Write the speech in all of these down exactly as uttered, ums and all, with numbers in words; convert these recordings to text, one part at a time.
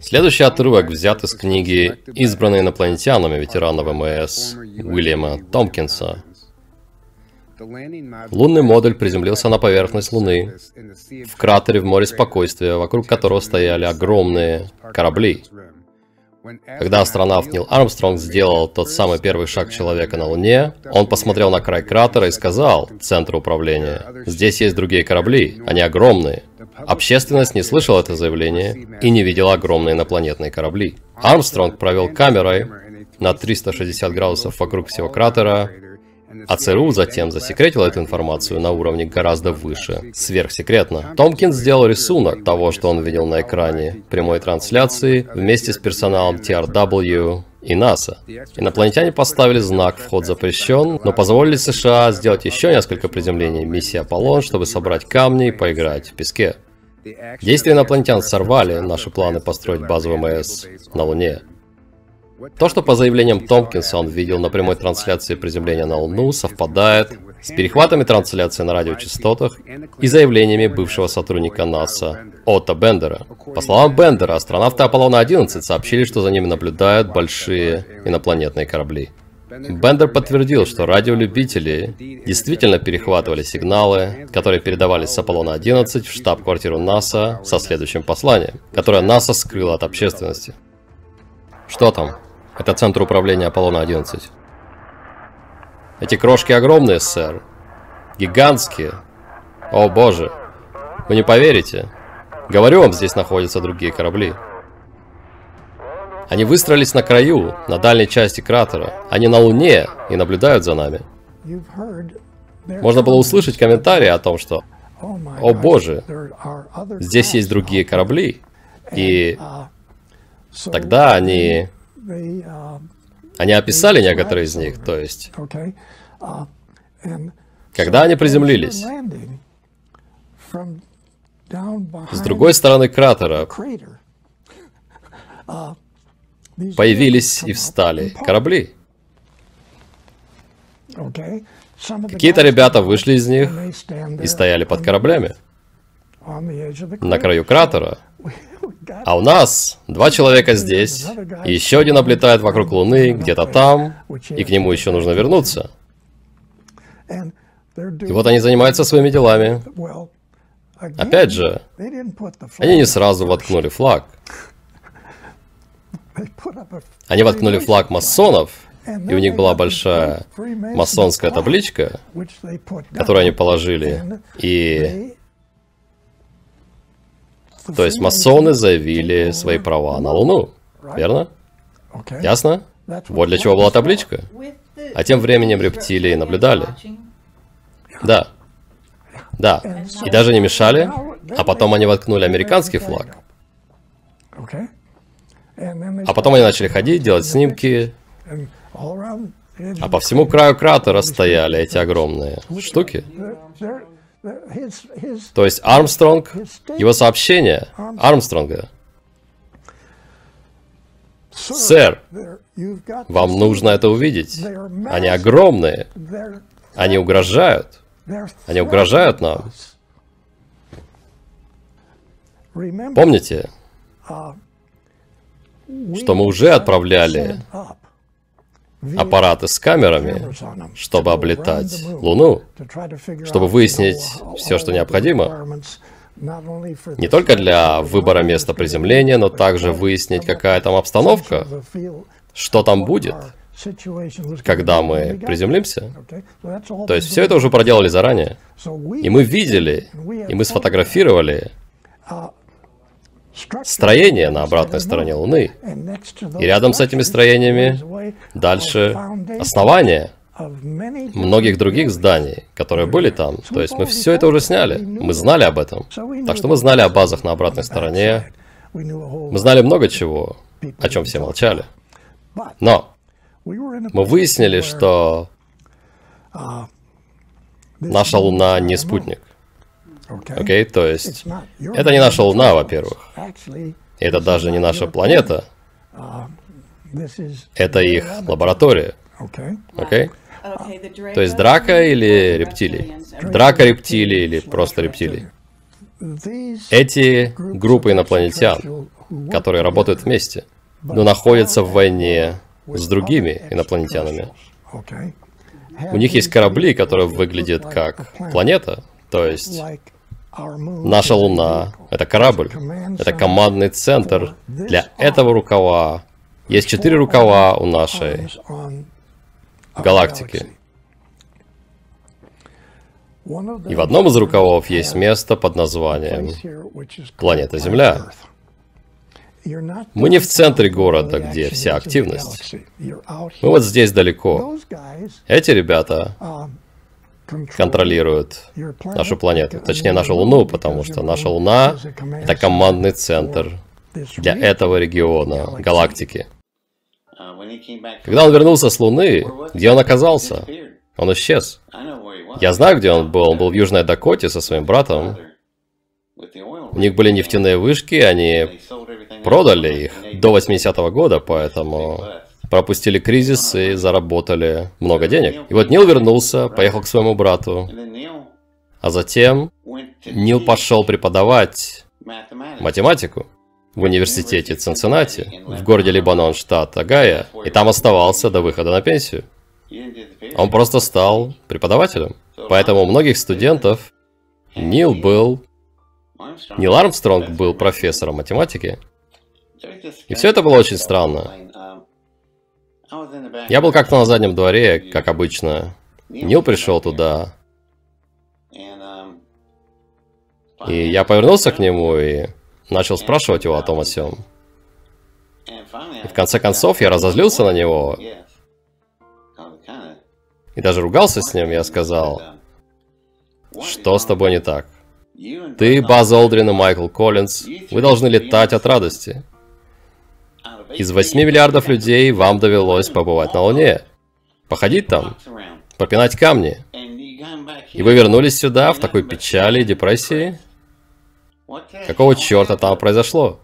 Следующий отрывок взят из книги «Избранные инопланетянами» ветерана ВМС Уильяма Томпкинса. Лунный модуль приземлился на поверхность Луны, в кратере в море спокойствия, вокруг которого стояли огромные корабли. Когда астронавт Нил Армстронг сделал тот самый первый шаг человека на Луне, он посмотрел на край кратера и сказал центру управления: «Здесь есть другие корабли, они огромные». Общественность не слышала это заявление и не видела огромные инопланетные корабли. Армстронг провел камерой на триста шестьдесят градусов вокруг всего кратера, а ЦРУ затем засекретила эту информацию на уровне гораздо выше, сверхсекретно. Томпкинс сделал рисунок того, что он видел на экране прямой трансляции вместе с персоналом Ти Ар Дабл Ю и НАСА. Инопланетяне поставили знак «Вход запрещен», но позволили США сделать еще несколько приземлений миссии Аполлон, чтобы собрать камни и поиграть в песке. Действия инопланетян сорвали наши планы построить базу ВМС на Луне. То, что по заявлениям Томпкинса он видел на прямой трансляции приземления на Луну, совпадает с перехватами трансляции на радиочастотах и заявлениями бывшего сотрудника НАСА Отто Бендера. По словам Бендера, астронавты Аполлона одиннадцать сообщили, что за ними наблюдают большие инопланетные корабли. Бендер подтвердил, что радиолюбители действительно перехватывали сигналы, которые передавались с Аполлона одиннадцать в штаб-квартиру НАСА со следующим посланием, которое НАСА скрыло от общественности. Что там? Это центр управления Аполлона одиннадцать. Эти крошки огромные, сэр. Гигантские. О боже. Вы не поверите. Говорю вам, здесь находятся другие корабли. Они выстроились на краю, на дальней части кратера. Они на Луне и наблюдают за нами. Можно было услышать комментарии о том, что «О боже, здесь есть другие корабли». И тогда они... Они описали некоторые из них, то есть... Когда они приземлились, с другой стороны кратера появились и встали корабли. Какие-то ребята вышли из них и стояли под кораблями на краю кратера. А у нас два человека здесь, и еще один облетает вокруг Луны, где-то там, и к нему еще нужно вернуться. И вот они занимаются своими делами. Опять же, они не сразу воткнули флаг. Они воткнули флаг масонов, и у них была большая масонская табличка, которую они положили, и... То есть масоны заявили свои права на Луну, верно? Ясно? Вот для чего была табличка. А тем временем рептилии наблюдали. Да. Да. И даже не мешали, а потом они воткнули американский флаг. А потом они начали ходить, делать снимки. А по всему краю кратера стояли эти огромные штуки. То есть Армстронг, его сообщение Армстронга: «Сэр, вам нужно это увидеть. Они огромные. Они угрожают. Они угрожают нам». Помните, что мы уже отправляли аппараты с камерами, чтобы облетать Луну, чтобы выяснить все, что необходимо. Не только для выбора места приземления, но также выяснить, какая там обстановка, что там будет, когда мы приземлимся. То есть все это уже проделали заранее. И мы видели, и мы сфотографировали строения на обратной стороне Луны. И рядом с этими строениями дальше основания многих других зданий, которые были там. То есть мы все это уже сняли. Мы знали об этом. Так что мы знали о базах на обратной стороне. Мы знали много чего, о чем все молчали. Но мы выяснили, что наша Луна не спутник. Окей, okay? То есть, это не наша Луна, во-первых. Это даже не наша планета. Это их лаборатория. Окей? Okay? То есть, драка или рептилии? Драка рептилий или просто рептилий? Эти группы инопланетян, которые работают вместе, но находятся в войне с другими инопланетянами. У них есть корабли, которые выглядят как планета, то есть наша Луна — это корабль, это командный центр для этого рукава. Есть четыре рукава у нашей галактики. И в одном из рукавов есть место под названием планета Земля. Мы не в центре города, где вся активность. Мы вот здесь далеко. Эти ребята контролируют нашу планету, точнее нашу Луну, потому что наша Луна — это командный центр для этого региона, галактики. Когда он вернулся с Луны, где он оказался? Он исчез. Я знаю, где он был. Он был в Южной Дакоте со своим братом. У них были нефтяные вышки, они продали их до восьмидесятого года, поэтому пропустили кризис и заработали много денег. И вот Нил вернулся, поехал к своему брату. А затем Нил пошел преподавать математику в университете Цинциннати, в городе Лебанон, штат Огайо, и там оставался до выхода на пенсию. Он просто стал преподавателем. Поэтому у многих студентов Нил был... Нил Армстронг был профессором математики. И все это было очень странно. Я был как-то на заднем дворе, как обычно. Нил пришел туда. И я повернулся к нему и начал спрашивать его о том о сём. И в конце концов я разозлился на него. И даже ругался с ним. Я сказал: что с тобой не так? Ты, Базз Олдрин и Майкл Коллинз, вы должны летать от радости. Из восьми миллиардов людей вам довелось побывать на Луне, походить там, попинать камни. И вы вернулись сюда в такой печали и депрессии? Какого черта там произошло?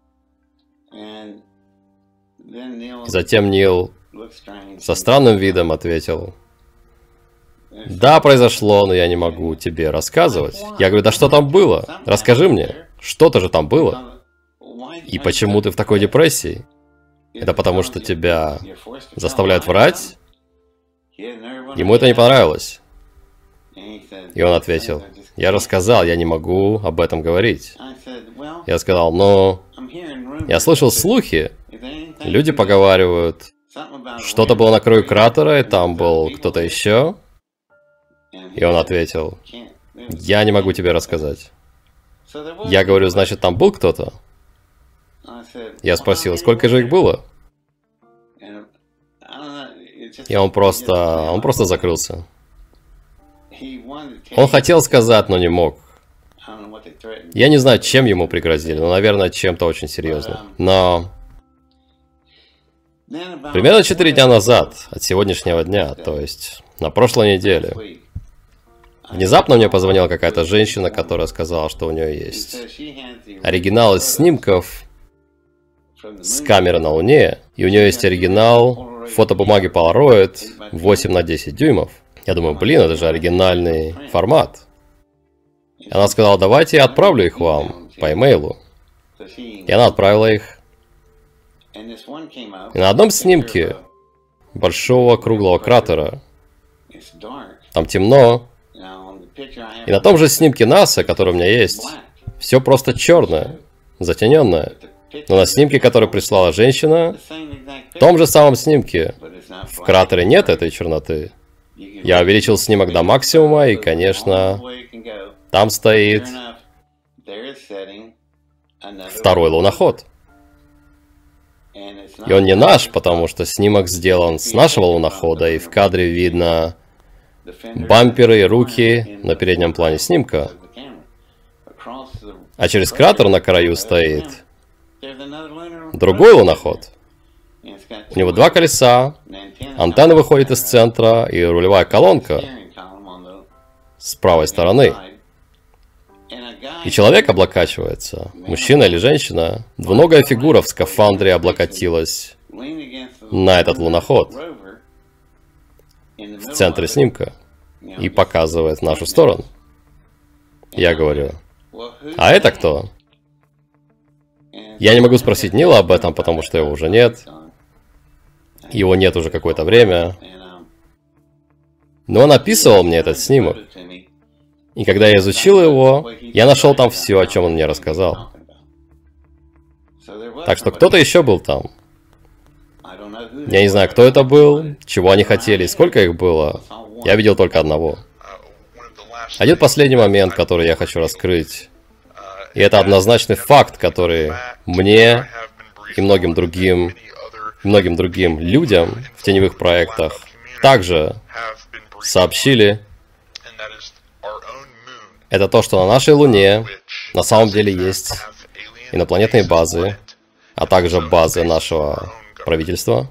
И затем Нил со странным видом ответил: да, произошло, но я не могу тебе рассказывать. Я говорю: да что там было? Расскажи мне. Что-то же там было. И почему ты в такой депрессии? Это потому, что тебя заставляют врать? Ему это не понравилось. И он ответил: я рассказал, я не могу об этом говорить. Я сказал: но я слышал слухи. Люди поговаривают. Что-то было на краю кратера, и там был кто-то еще. И он ответил: я не могу тебе рассказать. Я говорю: значит, там был кто-то? Я спросил: сколько же их было? И он просто... он просто закрылся. Он хотел сказать, но не мог. Я не знаю, чем ему пригрозили, но, наверное, чем-то очень серьезным. Но... примерно четыре дня назад, от сегодняшнего дня, то есть на прошлой неделе, внезапно мне позвонила какая-то женщина, которая сказала, что у нее есть оригиналы снимков с камеры на Луне, и у нее есть оригинал фотобумаги Polaroid восемь на десять дюймов. Я думаю, блин, это же оригинальный формат. И она сказала: давайте я отправлю их вам по имейлу. И она отправила их. И на одном снимке большого круглого кратера, там темно, и на том же снимке НАСА, который у меня есть, все просто черное, затененное. Но на снимке, который прислала женщина, в том же самом снимке, в кратере нет этой черноты. Я увеличил снимок до максимума, и, конечно, там стоит второй луноход. И он не наш, потому что снимок сделан с нашего лунохода, и в кадре видно бамперы и руки на переднем плане снимка. А через кратер на краю стоит другой луноход. У него два колеса, антенна выходит из центра и рулевая колонка с правой стороны. И человек облокачивается, мужчина или женщина. Двуногая фигура в скафандре облокотилась на этот луноход в центре снимка и показывает в нашу сторону. Я говорю: а это кто? Я не могу спросить Нила об этом, потому что его уже нет. Его нет уже какое-то время. Но он описывал мне этот снимок. И когда я изучил его, я нашел там все, о чем он мне рассказал. Так что кто-то еще был там. Я не знаю, кто это был, чего они хотели, сколько их было. Я видел только одного. Один последний момент, который я хочу раскрыть. И это однозначный факт, который мне и многим другим, многим другим людям в теневых проектах также сообщили. Это то, что на нашей Луне на самом деле есть инопланетные базы, а также базы нашего правительства.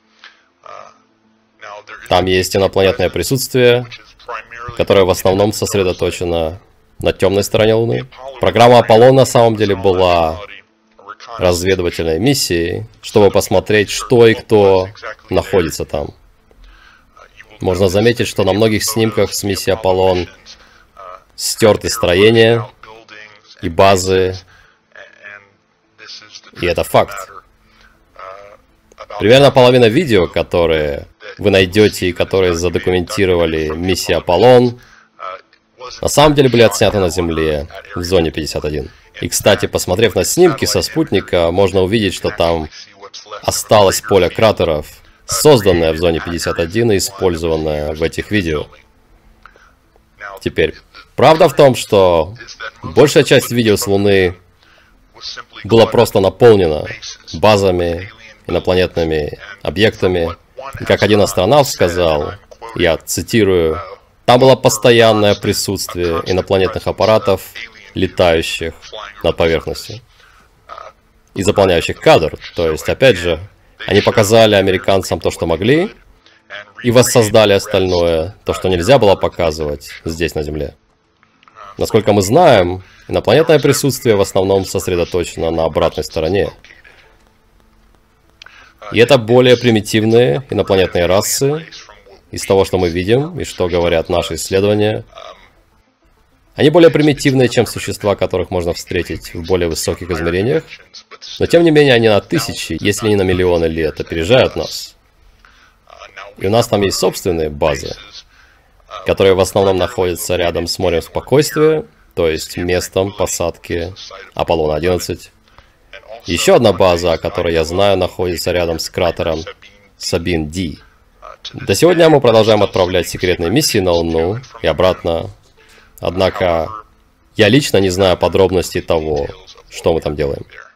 Там есть инопланетное присутствие, которое в основном сосредоточено на темной стороне Луны. Программа Аполлон на самом деле была разведывательной миссией, чтобы посмотреть, что и кто находится там. Можно заметить, что на многих снимках с миссии Аполлон стерты строения и базы, и это факт. Примерно половина видео, которые вы найдете и которые задокументировали миссию Аполлон, на самом деле были отсняты на Земле, в зоне пятьдесят один. И, кстати, посмотрев на снимки со спутника, можно увидеть, что там осталось поле кратеров, созданное в зоне пятьдесят один и использованное в этих видео. Теперь, правда в том, что большая часть видео с Луны была просто наполнена базами, инопланетными объектами. И как один астронавт сказал, я цитирую, там было постоянное присутствие инопланетных аппаратов, летающих над поверхностью и заполняющих кадр. То есть, опять же, они показали американцам то, что могли, и воссоздали остальное, то, что нельзя было показывать здесь, на Земле. Насколько мы знаем, инопланетное присутствие в основном сосредоточено на обратной стороне. И это более примитивные инопланетные расы, из того, что мы видим, и что говорят наши исследования. Они более примитивные, чем существа, которых можно встретить в более высоких измерениях. Но тем не менее, они на тысячи, если не на миллионы лет, опережают нас. И у нас там есть собственные базы, которые в основном находятся рядом с морем спокойствия, то есть местом посадки Аполлона одиннадцать. Еще одна база, о которой я знаю, находится рядом с кратером Сабин-Ди. До сегодня мы продолжаем отправлять секретные миссии на Луну и обратно. Однако я лично не знаю подробностей того, что мы там делаем.